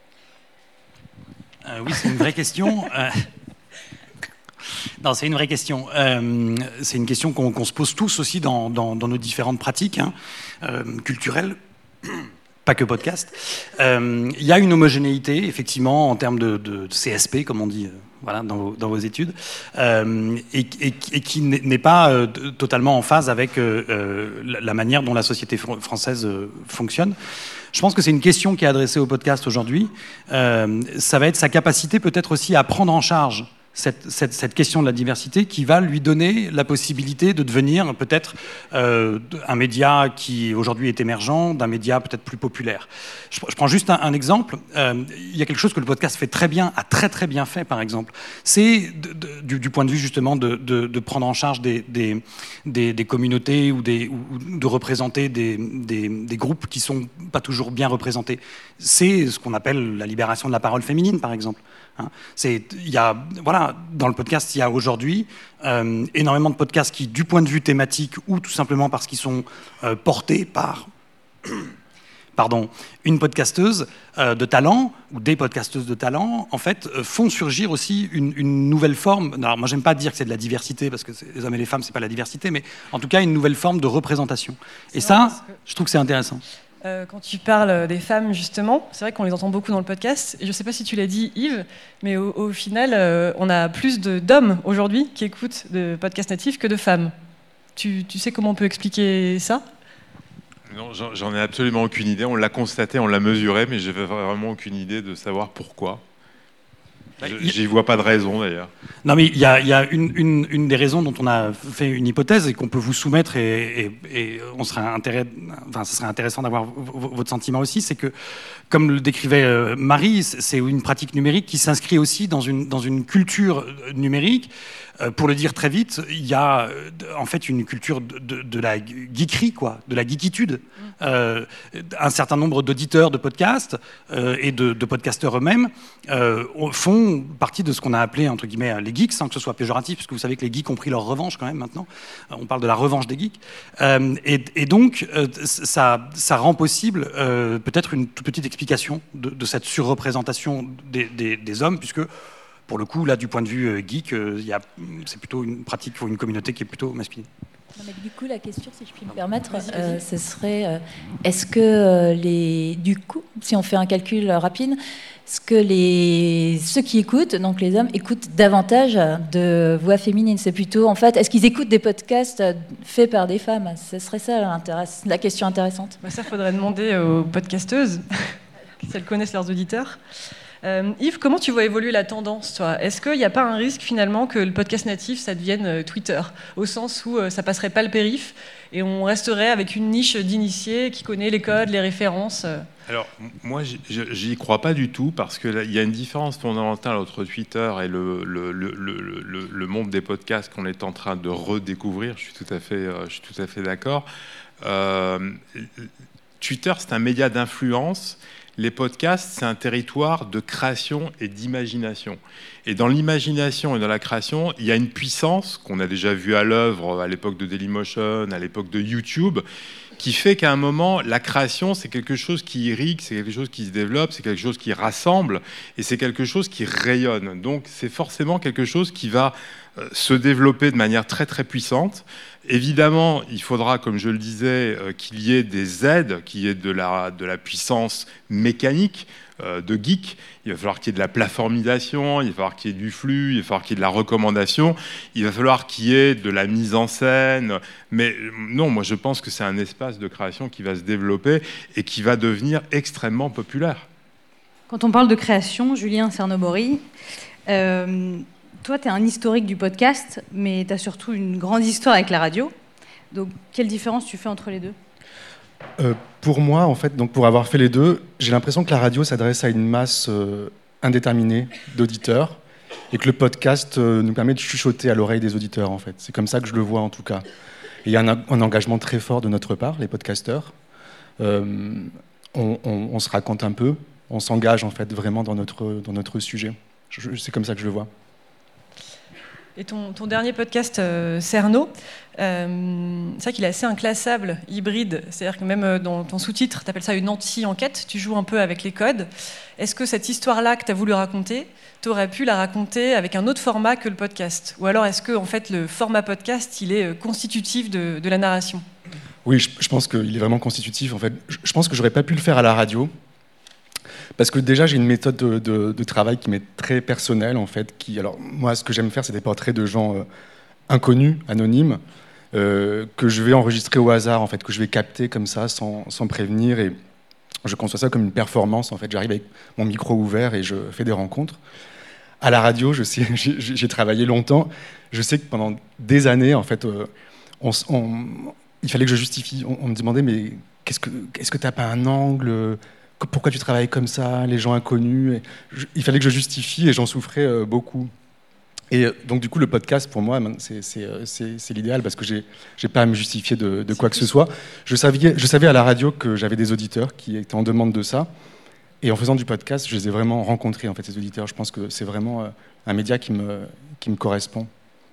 euh, Oui, c'est une vraie question. Euh... Non, c'est une vraie question. Euh, c'est une question qu'on, qu'on se pose tous aussi dans, dans, dans nos différentes pratiques hein, euh, culturelles, pas que podcast. Euh, il y a une homogénéité, effectivement, en termes de, de, de C S P, comme on dit euh, voilà, dans, vos, dans vos études, euh, et, et, et qui n'est pas euh, totalement en phase avec euh, la manière dont la société fr- française euh, fonctionne. Je pense que c'est une question qui est adressée au podcast aujourd'hui. Euh, ça va être sa capacité peut-être aussi à prendre en charge Cette, cette, cette question de la diversité qui va lui donner la possibilité de devenir peut-être euh, un média qui aujourd'hui est émergent, d'un média peut-être plus populaire. Je, je prends juste un, un exemple. Euh, il y a quelque chose que le podcast fait très bien, a très très bien fait par exemple. C'est de, de, du, du point de vue justement de, de, de prendre en charge des, des, des, des communautés ou, des, ou de représenter des, des, des groupes qui sont pas toujours bien représentés. C'est ce qu'on appelle la libération de la parole féminine par exemple. Hein, c'est, il y a, voilà, dans le podcast, il y a aujourd'hui euh, énormément de podcasts qui, du point de vue thématique ou tout simplement parce qu'ils sont euh, portés par pardon, une podcasteuse euh, de talent ou des podcasteuses de talent, en fait, euh, font surgir aussi une, une nouvelle forme. Alors, moi, j'aime pas dire que c'est de la diversité parce que les hommes et les femmes, c'est pas la diversité, mais en tout cas, une nouvelle forme de représentation. Et c'est ça, que... je trouve que c'est intéressant. Euh, quand tu parles des femmes, justement, c'est vrai qu'on les entend beaucoup dans le podcast. Et je ne sais pas si tu l'as dit, Yves, mais au, au final, euh, on a plus de, d'hommes aujourd'hui qui écoutent de podcasts natifs que de femmes. Tu, tu sais comment on peut expliquer ça ? Non, j'en, j'en ai absolument aucune idée. On l'a constaté, on l'a mesuré, mais je n'avais vraiment aucune idée de savoir pourquoi. Je n'y vois pas de raison d'ailleurs. Non mais il y a, y a une, une, une des raisons dont on a fait une hypothèse et qu'on peut vous soumettre et, et, et on serait intérêt, enfin, ce serait intéressant d'avoir v- v- votre sentiment aussi, c'est que comme le décrivait euh, Marie, c'est une pratique numérique qui s'inscrit aussi dans une, dans une culture numérique. Euh, pour le dire très vite, il y a euh, en fait une culture de, de, de la geekerie, quoi, de la geekitude. Euh, un certain nombre d'auditeurs de podcasts euh, et de, de podcasteurs eux-mêmes euh, font partie de ce qu'on a appelé entre guillemets les geeks, sans que ce soit péjoratif, parce que vous savez que les geeks ont pris leur revanche quand même maintenant. On parle de la revanche des geeks. Euh, et, et donc, euh, ça, ça rend possible euh, peut-être une toute petite explication de, de cette surreprésentation des, des, des hommes, puisque pour le coup, là, du point de vue euh, geek, euh, y a, c'est plutôt une pratique ou une communauté qui est plutôt masculine. Non, mais du coup, la question, si je puis me permettre, euh, ce serait euh, est-ce que euh, les, du coup, si on fait un calcul rapide, est-ce que les, ceux qui écoutent, donc les hommes, écoutent davantage de voix féminines ? C'est plutôt, en fait, est-ce qu'ils écoutent des podcasts faits par des femmes ? Ce serait ça la question intéressante. Bah ça, faudrait demander aux podcasteuses si elles connaissent leurs auditeurs. Euh, Yves, comment tu vois évoluer la tendance, toi ? Est-ce qu'il n'y a pas un risque finalement que le podcast natif, ça devienne euh, Twitter, au sens où euh, ça passerait pas le périph' et on resterait avec une niche d'initiés qui connaît les codes, les références euh. Alors, moi, j'y crois pas du tout parce qu'il y a une différence fondamentale entre Twitter et le, le, le, le, le, le monde des podcasts qu'on est en train de redécouvrir. Je suis tout à fait, euh, je suis tout à fait d'accord. Euh, Twitter, c'est un média d'influence. Les podcasts, c'est un territoire de création et d'imagination. Et dans l'imagination et dans la création, il y a une puissance qu'on a déjà vue à l'œuvre à l'époque de Dailymotion, à l'époque de YouTube, qui fait qu'à un moment, la création, c'est quelque chose qui irrigue, c'est quelque chose qui se développe, c'est quelque chose qui rassemble, et c'est quelque chose qui rayonne. Donc, c'est forcément quelque chose qui va euh, se développer de manière très, très puissante. Évidemment, il faudra, comme je le disais, euh, qu'il y ait des aides, qu'il y ait de la, de la puissance mécanique euh, de geek. Il va falloir qu'il y ait de la plateformisation, il va falloir qu'il y ait du flux, il va falloir qu'il y ait de la recommandation, il va falloir qu'il y ait de la mise en scène. Mais non, moi je pense que c'est un espace de création qui va se développer et qui va devenir extrêmement populaire. Quand on parle de création, Julien Cernobori, euh, toi, tu es un historique du podcast, mais tu as surtout une grande histoire avec la radio. Donc, quelle différence tu fais entre les deux ? euh, Pour moi, en fait, donc pour avoir fait les deux, j'ai l'impression que la radio s'adresse à une masse euh, indéterminée d'auditeurs et que le podcast euh, nous permet de chuchoter à l'oreille des auditeurs, en fait. C'est comme ça que je le vois, en tout cas. Et il y a un, un engagement très fort de notre part, les podcasteurs. Euh, on, on, on se raconte un peu, on s'engage, en fait, vraiment dans notre, dans notre sujet. Je, c'est comme ça que je le vois. Et ton, ton dernier podcast, euh, Cerno, euh, c'est vrai qu'il est assez inclassable, hybride. C'est-à-dire que même dans ton sous-titre, tu appelles ça une anti-enquête. Tu joues un peu avec les codes. Est-ce que cette histoire-là que tu as voulu raconter, tu aurais pu la raconter avec un autre format que le podcast ? Ou alors est-ce que en fait, le format podcast, il est constitutif de, de la narration ? Oui, je, je pense qu'il est vraiment constitutif. En fait. Je, je pense que j'aurais pas pu le faire à la radio. Parce que déjà, j'ai une méthode de, de, de travail qui m'est très personnelle, en fait. Qui, alors, moi, ce que j'aime faire, c'est des portraits de gens euh, inconnus, anonymes, euh, que je vais enregistrer au hasard, en fait, que je vais capter comme ça, sans, sans prévenir. Et je conçois ça comme une performance, en fait. J'arrive avec mon micro ouvert et je fais des rencontres. à la radio, je sais, j'ai, j'ai travaillé longtemps. Je sais que pendant des années, en fait, euh, on, on, il fallait que je justifie. On, on me demandait, mais qu'est-ce que, est-ce que t'as pas un angle ? Pourquoi tu travailles comme ça ? Les gens inconnus. Et je, il fallait que je justifie et j'en souffrais euh, beaucoup. Et donc, du coup, le podcast, pour moi, c'est, c'est, c'est, c'est l'idéal parce que j'ai, j'ai pas à me justifier de, de quoi que ce soit. Je savais, je savais à la radio que j'avais des auditeurs qui étaient en demande de ça. Et en faisant du podcast, je les ai vraiment rencontrés, en fait, ces auditeurs. Je pense que c'est vraiment un média qui me, qui me correspond.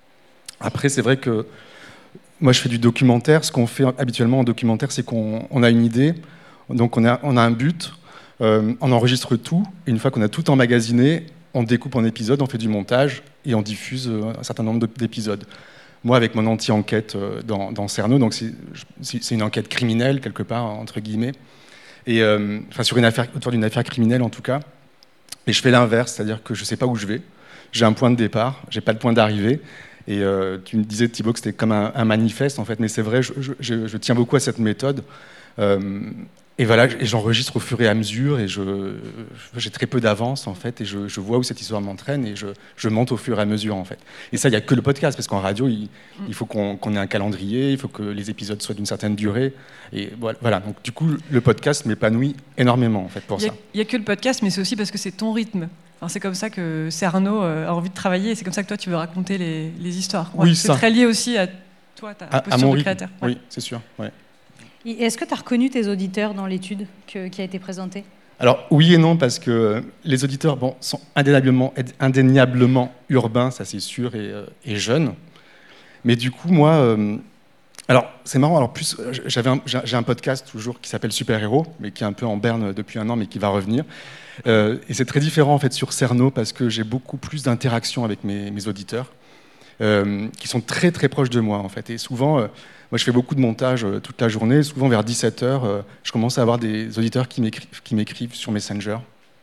Après, c'est vrai que moi, je fais du documentaire. Ce qu'on fait habituellement en documentaire, c'est qu'on on a une idée, donc on a, on a un but, euh, on enregistre tout. Et une fois qu'on a tout emmagasiné, on découpe en épisodes, on fait du montage et on diffuse un certain nombre d'épisodes. Moi, avec mon anti-enquête dans, dans Cerno, donc c'est, c'est une enquête criminelle, quelque part, entre guillemets, et, euh, enfin, sur une affaire, autour d'une affaire criminelle, en tout cas. Et je fais l'inverse, c'est-à-dire que je ne sais pas où je vais. J'ai un point de départ, je n'ai pas de point d'arrivée. Et euh, tu me disais, Thibaut, que c'était comme un, un manifeste, en fait, mais c'est vrai, je, je, je, je tiens beaucoup à cette méthode. Euh, Et voilà, et j'enregistre au fur et à mesure, et je, j'ai très peu d'avance, en fait, et je, je vois où cette histoire m'entraîne, et je, je monte au fur et à mesure, en fait. Et ça, il n'y a que le podcast, parce qu'en radio, il, il faut qu'on, qu'on ait un calendrier, il faut que les épisodes soient d'une certaine durée, et voilà. Donc, du coup, le podcast m'épanouit énormément, en fait, pour il y a, ça. Il n'y a que le podcast, mais c'est aussi parce que c'est ton rythme. Enfin, c'est comme ça que Cerno a envie de travailler, et c'est comme ça que toi, tu veux raconter les, les histoires. Ouais, oui, c'est ça. très lié aussi à toi, ta à, posture à mon de rythme. créateur. Ouais. Oui, c'est sûr, ouais. Et est-ce que tu as reconnu tes auditeurs dans l'étude que, qui a été présentée ? Alors, oui et non, parce que les auditeurs bon, sont indéniablement, indéniablement urbains, ça c'est sûr, et, et jeunes. Mais du coup, moi... Euh, alors, c'est marrant, alors plus, j'avais un, j'ai un podcast toujours qui s'appelle Super Héros, mais qui est un peu en berne depuis un an, mais qui va revenir. Euh, et c'est très différent, en fait, sur Cerno, parce que j'ai beaucoup plus d'interaction avec mes, mes auditeurs, euh, qui sont très, très proches de moi, en fait. Et souvent... Euh, Moi, je fais beaucoup de montage euh, toute la journée. Souvent, vers dix-sept heures, euh, je commence à avoir des auditeurs qui m'écrivent, qui m'écrivent sur Messenger,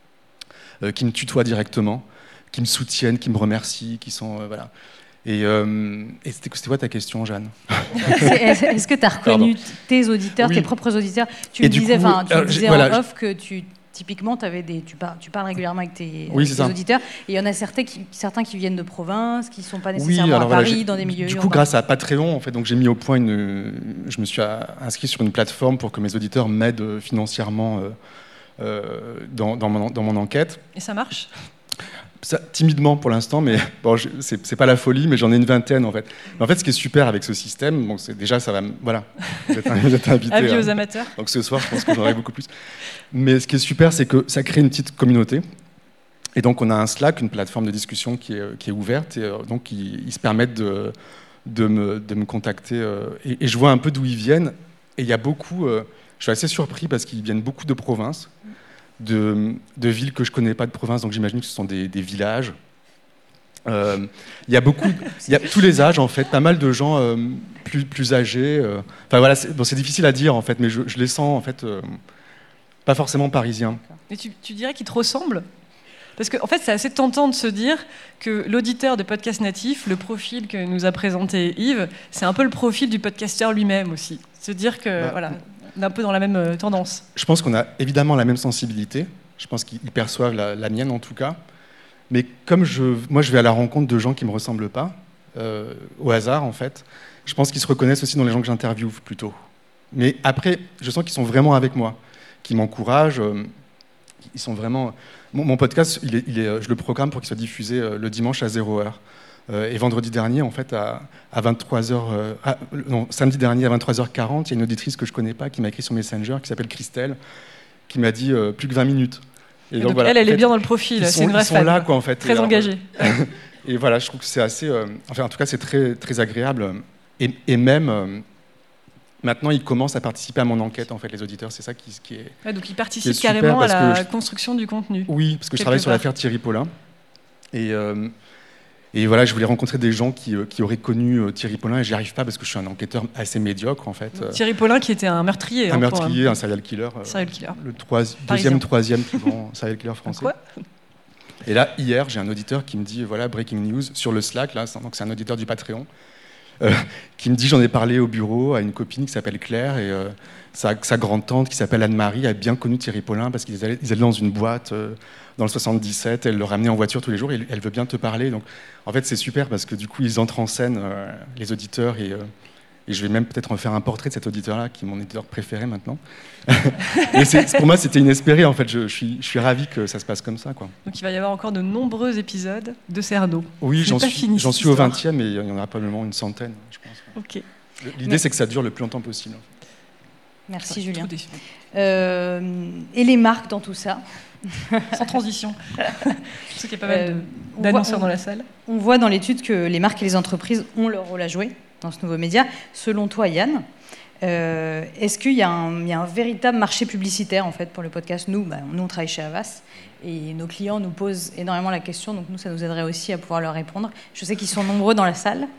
euh, qui me tutoient directement, qui me soutiennent, qui me remercient, qui sont... Euh, voilà. Et, euh, et c'était, c'était quoi ta question, Jeanne ? est-ce, est-ce que tu as reconnu Pardon. tes auditeurs, oui. tes propres auditeurs ? Tu et me disais, coup, tu euh, me disais voilà, en off que tu... Typiquement, t'avais des, tu, parles, tu parles régulièrement avec tes, oui, tes auditeurs, et il y en a certains qui, certains qui viennent de province, qui ne sont pas nécessairement oui, alors à Paris, voilà, dans des milieux du urbains. Du coup, grâce à Patreon, en fait, donc j'ai mis au point une, je me suis inscrit sur une plateforme pour que mes auditeurs m'aident financièrement euh, euh, dans, dans, mon, dans mon enquête. Et ça marche ? Ça, timidement pour l'instant, mais bon, je, c'est, c'est pas la folie, mais j'en ai une vingtaine en fait. Mais en fait, ce qui est super avec ce système, bon, c'est déjà ça va, voilà, vous êtes, vous êtes invités. Avis hein. aux amateurs. Donc ce soir, je pense que j'en aurai beaucoup plus. Mais ce qui est super, c'est que ça crée une petite communauté. Et donc on a un Slack, une plateforme de discussion qui est, qui est ouverte, et euh, donc ils, ils se permettent de, de, me, de me contacter. Euh, et, et je vois un peu d'où ils viennent. Et il y a beaucoup, euh, je suis assez surpris parce qu'ils viennent beaucoup de provinces. De, de villes que je ne connais pas de province, donc j'imagine que ce sont des, des villages. Il euh, y a beaucoup, il y a tous les âges en fait, pas mal de gens euh, plus, plus âgés. Euh, enfin voilà, c'est, bon, c'est difficile à dire en fait, mais je, je les sens en fait euh, pas forcément parisiens. Mais tu, tu dirais qu'ils te ressemblent ? Parce qu'en en fait, c'est assez tentant de se dire que l'auditeur de Podcast Natif, le profil que nous a présenté Yves, c'est un peu le profil du podcasteur lui-même aussi. Se dire que bah, voilà. un peu dans la même tendance. Je pense qu'on a évidemment la même sensibilité. Je pense qu'ils perçoivent la, la mienne en tout cas. Mais comme je, moi je vais à la rencontre de gens qui ne me ressemblent pas, euh, au hasard en fait, je pense qu'ils se reconnaissent aussi dans les gens que j'interviewe plutôt. Mais après, je sens qu'ils sont vraiment avec moi, qu'ils m'encouragent. Euh, ils sont vraiment... Mon, mon podcast, il est, il est, je le programme pour qu'il soit diffusé euh, le dimanche à zéro heure. Euh, et vendredi dernier, en fait, à, à vingt-trois heures, euh, à, non, samedi dernier à vingt-trois heures quarante, il y a une auditrice que je ne connais pas qui m'a écrit sur Messenger, qui s'appelle Christelle, qui m'a dit euh, plus que vingt minutes. Et, et donc, donc voilà, elle, elle est fait, bien dans le profil, c'est une vraie fan. Ils sont là, quoi, en fait. Très et, engagée. Alors, et voilà, je trouve que c'est assez... Euh, enfin, en tout cas, c'est très, très agréable. Et, et même... Euh, Maintenant, ils commencent à participer à mon enquête, en fait, les auditeurs. C'est ça qui, qui est. Ouais, donc, ils participent carrément à la je... construction du contenu. Oui, parce que je travaille part. sur l'affaire Thierry Paulin. Et, euh, et voilà, je voulais rencontrer des gens qui, qui auraient connu euh, Thierry Paulin, et j'y arrive pas parce que je suis un enquêteur assez médiocre, en fait. Thierry Paulin, qui était un meurtrier. Un hein, meurtrier, un... un serial killer. Euh, serial killer. Le troisi... deuxième, troisième plus grand serial killer français. Quoi ? Et là, hier, j'ai un auditeur qui me dit voilà, breaking news sur le Slack. Là, donc c'est un auditeur du Patreon. euh, qui me dit, j'en ai parlé au bureau à une copine qui s'appelle Claire, et euh, sa, sa grande-tante qui s'appelle Anne-Marie a bien connu Thierry Paulin parce qu'ils allaient, ils allaient dans une boîte euh, dans le soixante-dix-sept, elle le ramenait en voiture tous les jours et elle veut bien te parler. Donc, en fait, c'est super parce que du coup, ils entrent en scène, euh, les auditeurs, et, euh, et je vais même peut-être en faire un portrait de cet auditeur-là, qui est mon éditeur préféré maintenant. Et c'est, pour moi, c'était inespéré, en fait. Je, je, suis, je suis ravi que ça se passe comme ça, quoi. Donc, il va y avoir encore de nombreux épisodes de Cerno. Oui, Ce j'en n'est pas suis, fini, j'en cette suis au histoire. vingtième et il y en aura probablement une centaine, je pense. Ok. L'idée, Mais- c'est que ça dure le plus longtemps possible. Merci Ouais, Julien. trop déçu. Euh, et les marques dans tout ça? Sans transition. Je sais qu'il y a pas mal Euh, de- on d'annonceurs voit- dans la salle. On voit dans l'étude que les marques et les entreprises ont leur rôle à jouer dans ce nouveau média. Selon toi, Yann, euh, est-ce qu'il y a, un, il y a un véritable marché publicitaire en fait pour le podcast? Nous, bah, nous, on travaille chez Havas et nos clients nous posent énormément la question, donc nous, ça nous aiderait aussi à pouvoir leur répondre. Je sais qu'ils sont nombreux dans la salle.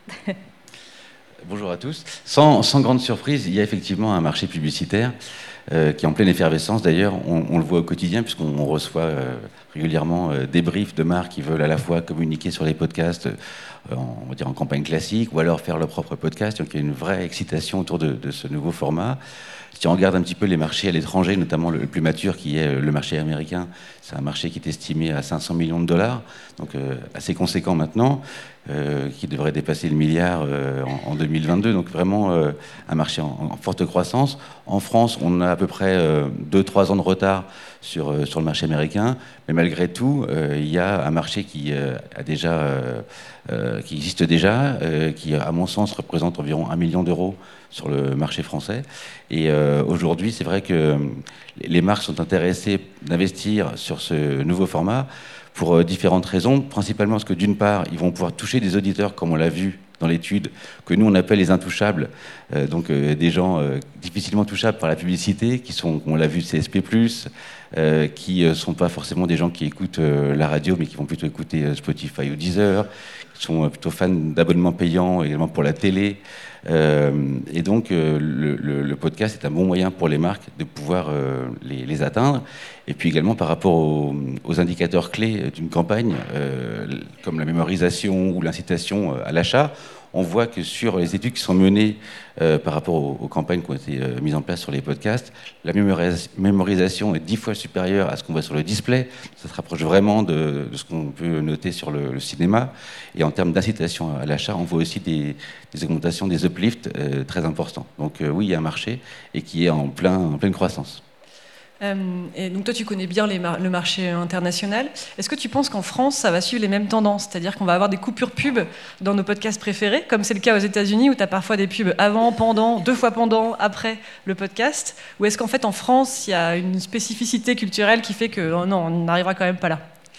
Bonjour à tous. Sans, sans grande surprise, il y a effectivement un marché publicitaire euh, qui est en pleine effervescence. D'ailleurs, on, on le voit au quotidien puisqu'on reçoit euh, régulièrement euh, des briefs de marques qui veulent à la fois communiquer sur les podcasts euh, en, on va dire en campagne classique ou alors faire leur propre podcast. Donc il y a une vraie excitation autour de, de ce nouveau format. Si on regarde un petit peu les marchés à l'étranger, notamment le, le plus mature qui est le marché américain, c'est un marché qui est estimé à cinq cents millions de dollars, donc euh, assez conséquent maintenant, euh, qui devrait dépasser le milliard euh, en, en deux mille vingt-deux, donc vraiment euh, un marché en, en forte croissance. En France, on a à peu près euh, deux trois ans de retard sur, euh, sur le marché américain, mais malgré tout, euh, il y a un marché qui, euh, a déjà, euh, euh, qui existe déjà, euh, qui, à mon sens, représente environ un million d'euros sur le marché français. Et euh, aujourd'hui, c'est vrai que les marques sont intéressées d'investir sur ce nouveau format pour euh, différentes raisons, principalement parce que d'une part, ils vont pouvoir toucher des auditeurs, comme on l'a vu dans l'étude, que nous on appelle les intouchables, euh, donc euh, des gens euh, difficilement touchables par la publicité, qui sont, on l'a vu, C S P plus, euh, qui ne euh, sont pas forcément des gens qui écoutent euh, la radio, mais qui vont plutôt écouter euh, Spotify ou Deezer, qui sont euh, plutôt fans d'abonnements payants, également pour la télé. Euh, et donc, euh, le, le, le podcast est un bon moyen pour les marques de pouvoir euh, les, les atteindre. Et puis également par rapport aux, aux indicateurs clés d'une campagne, euh, comme la mémorisation ou l'incitation à l'achat, on voit que sur les études qui sont menées euh, par rapport aux, aux campagnes qui ont été euh, mises en place sur les podcasts, la mémoris- mémorisation est dix fois supérieure à ce qu'on voit sur le display. Ça se rapproche vraiment de, de ce qu'on peut noter sur le, le cinéma. Et en termes d'incitation à l'achat, on voit aussi des, des augmentations, des uplifts euh, très importants. Donc euh, oui, il y a un marché et qui est en, plein, en pleine croissance. Euh, et donc toi, tu connais bien les mar- le marché international. Est-ce que tu penses qu'en France, ça va suivre les mêmes tendances? C'est-à-dire qu'on va avoir des coupures pub dans nos podcasts préférés, comme c'est le cas aux États-Unis, où tu as parfois des pubs avant, pendant, deux fois pendant, après le podcast? Ou est-ce qu'en fait, en France, il y a une spécificité culturelle qui fait que oh non, on n'arrivera quand même pas là?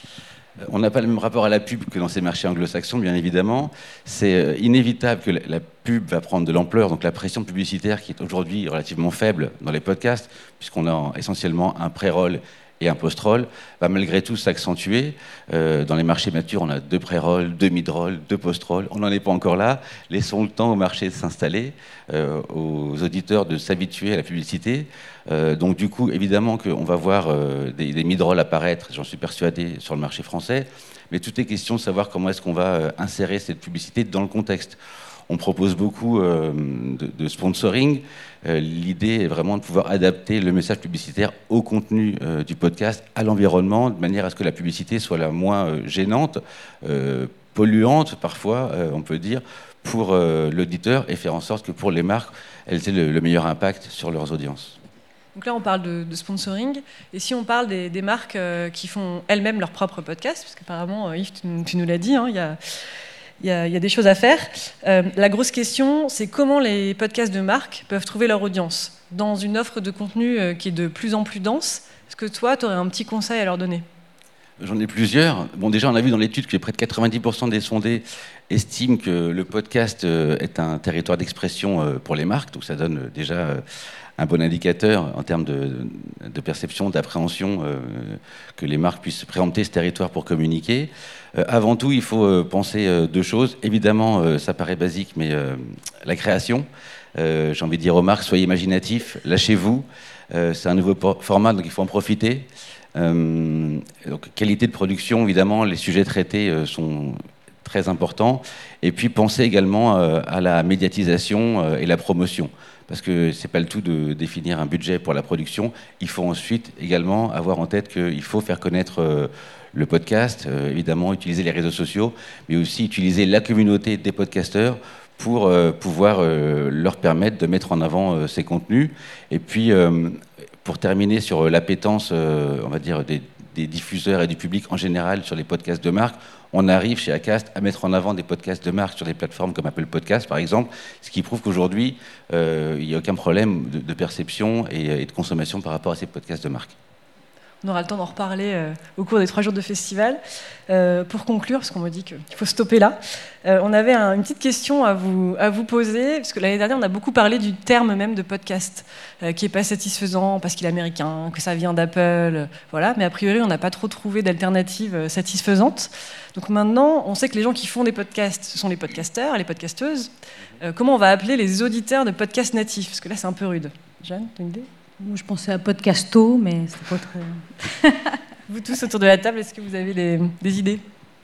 On n'a pas le même rapport à la pub que dans ces marchés anglo-saxons, bien évidemment. C'est inévitable que la pub va prendre de l'ampleur, donc la pression publicitaire qui est aujourd'hui relativement faible dans les podcasts, puisqu'on a essentiellement un pré-roll et un post-roll, va malgré tout s'accentuer. Euh, dans les marchés matures, on a deux pré-rolls, deux mid-rolls, deux post-rolls. On n'en est pas encore là. Laissons le temps au marché de s'installer, euh, aux auditeurs de s'habituer à la publicité. Euh, donc du coup, évidemment qu'on va voir euh, des, des mid-rolls apparaître, j'en suis persuadé, sur le marché français. Mais tout est question de savoir comment est-ce qu'on va euh, insérer cette publicité dans le contexte. On propose beaucoup euh, de, de sponsoring. Euh, l'idée est vraiment de pouvoir adapter le message publicitaire au contenu euh, du podcast, à l'environnement, de manière à ce que la publicité soit la moins euh, gênante, euh, polluante parfois, euh, on peut dire, pour euh, l'auditeur, et faire en sorte que pour les marques, elles aient le, le meilleur impact sur leurs audiences. Donc là, on parle de, de sponsoring. Et si on parle des, des marques euh, qui font elles-mêmes leur propre podcast, parce qu'apparemment, euh, Yves, tu, tu nous l'as dit, hein, il y a... Il y, a, il y a des choses à faire. Euh, la grosse question, c'est comment les podcasts de marque peuvent trouver leur audience dans une offre de contenu euh, qui est de plus en plus dense. Est-ce que toi, tu aurais un petit conseil à leur donner? J'en ai plusieurs. Bon, déjà, on a vu dans l'étude que près de quatre-vingt-dix pour cent des sondés estiment que le podcast est un territoire d'expression pour les marques. Donc ça donne déjà un bon indicateur en termes de, de perception, d'appréhension, euh, que les marques puissent préempter ce territoire pour communiquer. Euh, avant tout, il faut euh, penser euh, deux choses. Évidemment, euh, ça paraît basique, mais euh, la création. Euh, j'ai envie de dire aux marques, soyez imaginatifs, lâchez-vous. Euh, c'est un nouveau por- format, donc il faut en profiter. Euh, donc, qualité de production, évidemment, les sujets traités euh, sont très important. Et puis penser également euh, à la médiatisation euh, et la promotion. Parce que ce n'est pas le tout de définir un budget pour la production. Il faut ensuite également avoir en tête qu'il faut faire connaître euh, le podcast, euh, évidemment utiliser les réseaux sociaux, mais aussi utiliser la communauté des podcasteurs pour euh, pouvoir euh, leur permettre de mettre en avant euh, ces contenus. Et puis, euh, pour terminer sur l'appétence, euh, on va dire, des, des diffuseurs et du public en général sur les podcasts de marque, on arrive chez Acast à mettre en avant des podcasts de marque sur des plateformes comme Apple Podcasts, par exemple, ce qui prouve qu'aujourd'hui, euh, il n'y a aucun problème de, de perception et, et de consommation par rapport à ces podcasts de marque. On aura le temps d'en reparler euh, au cours des trois jours de festival. Euh, pour conclure, parce qu'on me dit qu'il faut stopper là, euh, on avait un, une petite question à vous, à vous poser, parce que l'année dernière, on a beaucoup parlé du terme même de podcast, euh, qui n'est pas satisfaisant parce qu'il est américain, que ça vient d'Apple, euh, voilà. Mais a priori, on n'a pas trop trouvé d'alternative euh, satisfaisante. Donc maintenant, on sait que les gens qui font des podcasts, ce sont les podcasteurs et les podcasteuses. Euh, comment on va appeler les auditeurs de podcasts natifs? Parce que là, c'est un peu rude. Jeanne, tu as une idée? Moi, je pensais à podcasto, mais c'était pas très... Vous tous autour de la table, est-ce que vous avez des, des idées?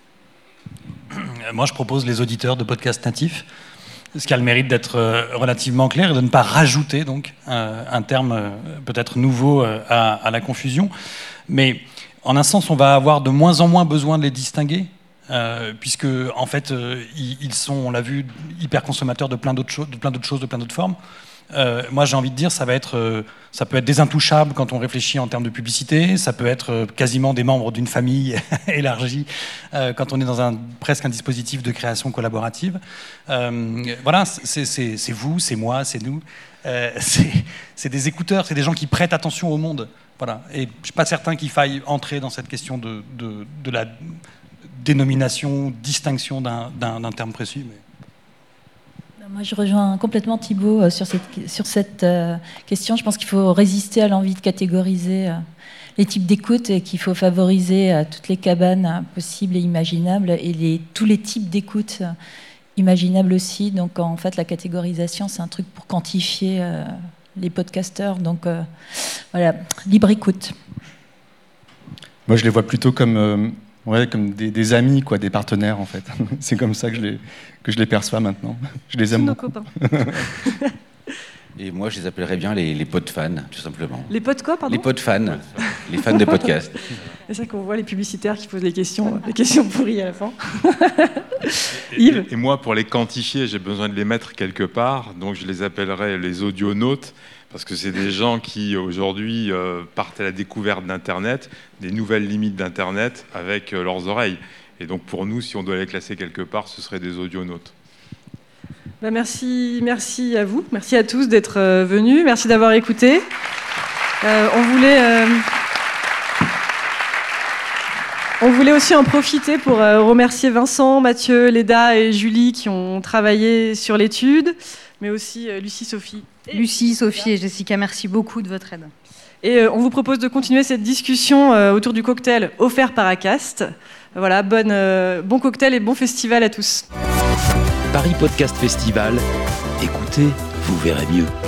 Moi, je propose les auditeurs de podcasts natifs, ce qui a le mérite d'être relativement clair et de ne pas rajouter donc, euh, un terme peut-être nouveau à, à la confusion. Mais en un sens, on va avoir de moins en moins besoin de les distinguer, euh, puisque en fait, euh, ils sont, on l'a vu, hyper consommateurs de plein d'autres choses, de plein d'autres choses, de plein d'autres formes. Euh, moi, j'ai envie de dire, ça va être, euh, ça peut être des intouchables quand on réfléchit en termes de publicité. Ça peut être euh, quasiment des membres d'une famille élargie euh, quand on est dans un presque un dispositif de création collaborative. Euh, voilà, c'est, c'est, c'est vous, c'est moi, c'est nous. Euh, c'est, c'est des écouteurs, c'est des gens qui prêtent attention au monde. Voilà. Et je suis pas certain qu'il faille entrer dans cette question de, de, de la dénomination, distinction d'un, d'un, d'un terme précis. Mais... Moi, je rejoins complètement Thibaut sur cette, sur cette euh, question. Je pense qu'il faut résister à l'envie de catégoriser euh, les types d'écoute et qu'il faut favoriser euh, toutes les cabanes euh, possibles et imaginables et les, tous les types d'écoute euh, imaginables aussi. Donc, en fait, la catégorisation, c'est un truc pour quantifier euh, les podcasteurs. Donc, euh, voilà, libre écoute. Moi, je les vois plutôt comme... Euh... Ouais, comme des, des amis, quoi, des partenaires en fait. C'est comme ça que je les, que je les perçois maintenant. Je les aime nos beaucoup. Copains. Et moi, je les appellerais bien les, les pod fans, tout simplement. Les pod quoi, pardon? Les pod fans, les fans de podcasts. C'est ça qu'on voit les publicitaires qui posent les questions, les questions pourries à la fin. Et, Yves? et, et moi, pour les quantifier, j'ai besoin de les mettre quelque part. Donc, je les appellerais les audionautes. Parce que c'est des gens qui, aujourd'hui, euh, partent à la découverte d'Internet, des nouvelles limites d'Internet avec euh, leurs oreilles. Et donc, pour nous, si on doit les classer quelque part, ce seraient des audionautes. Ben merci, merci à vous. Merci à tous d'être euh, venus. Merci d'avoir écouté. Euh, on voulait... Euh On voulait aussi en profiter pour euh, remercier Vincent, Mathieu, Léda et Julie qui ont travaillé sur l'étude, mais aussi euh, Lucie, Sophie. Lucie, Sophie et Jessica, merci beaucoup de votre aide. Et euh, on vous propose de continuer cette discussion euh, autour du cocktail offert par Acast. Voilà, bonne, euh, bon cocktail et bon festival à tous. Paris Podcast Festival, écoutez, vous verrez mieux.